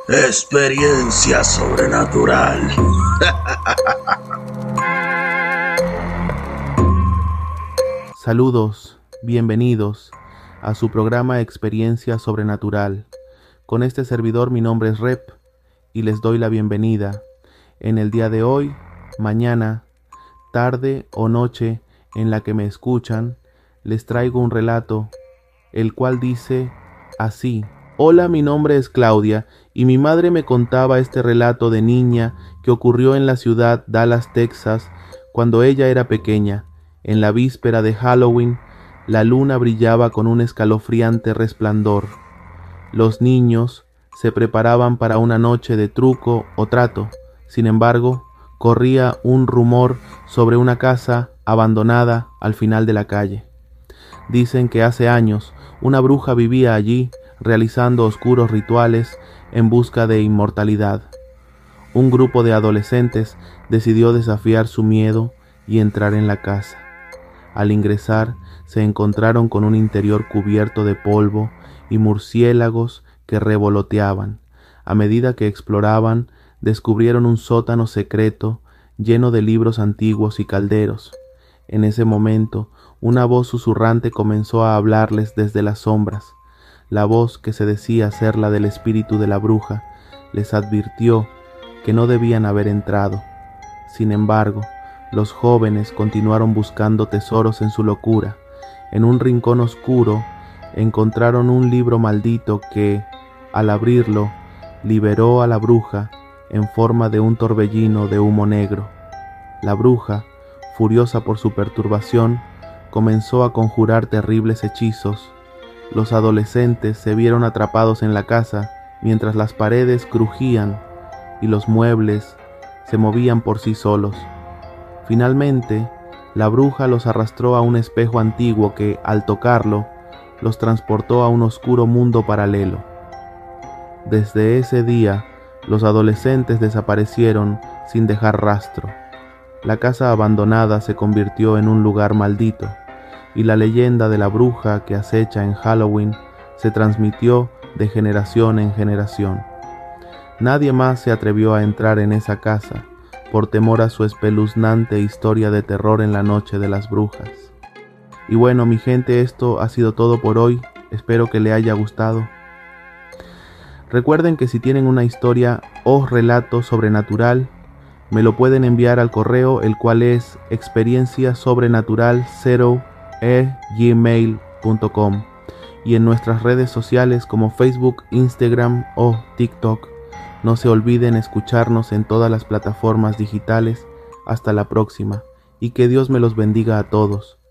Experiencia sobrenatural. Saludos, bienvenidos a su programa Experiencia Sobrenatural. Con este servidor mi nombre es Rep y les doy la bienvenida. En el día de hoy, mañana, tarde o noche en la que me escuchan, les traigo un relato, el cual dice así. Hola, mi nombre es Claudia y mi madre me contaba este relato de niña que ocurrió en la ciudad Dallas, Texas, cuando ella era pequeña. En la víspera de Halloween, la luna brillaba con un escalofriante resplandor. Los niños se preparaban para una noche de truco o trato. Sin embargo, corría un rumor sobre una casa abandonada al final de la calle. Dicen que hace años una bruja vivía allí realizando oscuros rituales en busca de inmortalidad. Un grupo de adolescentes decidió desafiar su miedo y entrar en la casa. Al ingresar, se encontraron con un interior cubierto de polvo y murciélagos que revoloteaban. A medida que exploraban, descubrieron un sótano secreto lleno de libros antiguos y calderos. En ese momento, una voz susurrante comenzó a hablarles desde las sombras. La voz, que se decía ser la del espíritu de la bruja, les advirtió que no debían haber entrado. Sin embargo, los jóvenes continuaron buscando tesoros en su locura. En un rincón oscuro encontraron un libro maldito que, al abrirlo, liberó a la bruja en forma de un torbellino de humo negro. La bruja, furiosa por su perturbación, comenzó a conjurar terribles hechizos. Los adolescentes se vieron atrapados en la casa mientras las paredes crujían y los muebles se movían por sí solos. Finalmente, la bruja los arrastró a un espejo antiguo que, al tocarlo, los transportó a un oscuro mundo paralelo. Desde ese día, los adolescentes desaparecieron sin dejar rastro. La casa abandonada se convirtió en un lugar maldito, y la leyenda de la bruja que acecha en Halloween se transmitió de generación en generación. Nadie más se atrevió a entrar en esa casa, por temor a su espeluznante historia de terror en la noche de las brujas. Y bueno, mi gente, esto ha sido todo por hoy. Espero que le haya gustado. Recuerden que si tienen una historia o relato sobrenatural, me lo pueden enviar al correo, el cual es experienciasobrenatural0@gmail.com, y en nuestras redes sociales como Facebook, Instagram o TikTok. No se olviden escucharnos en todas las plataformas digitales. Hasta la próxima, y que Dios me los bendiga a todos.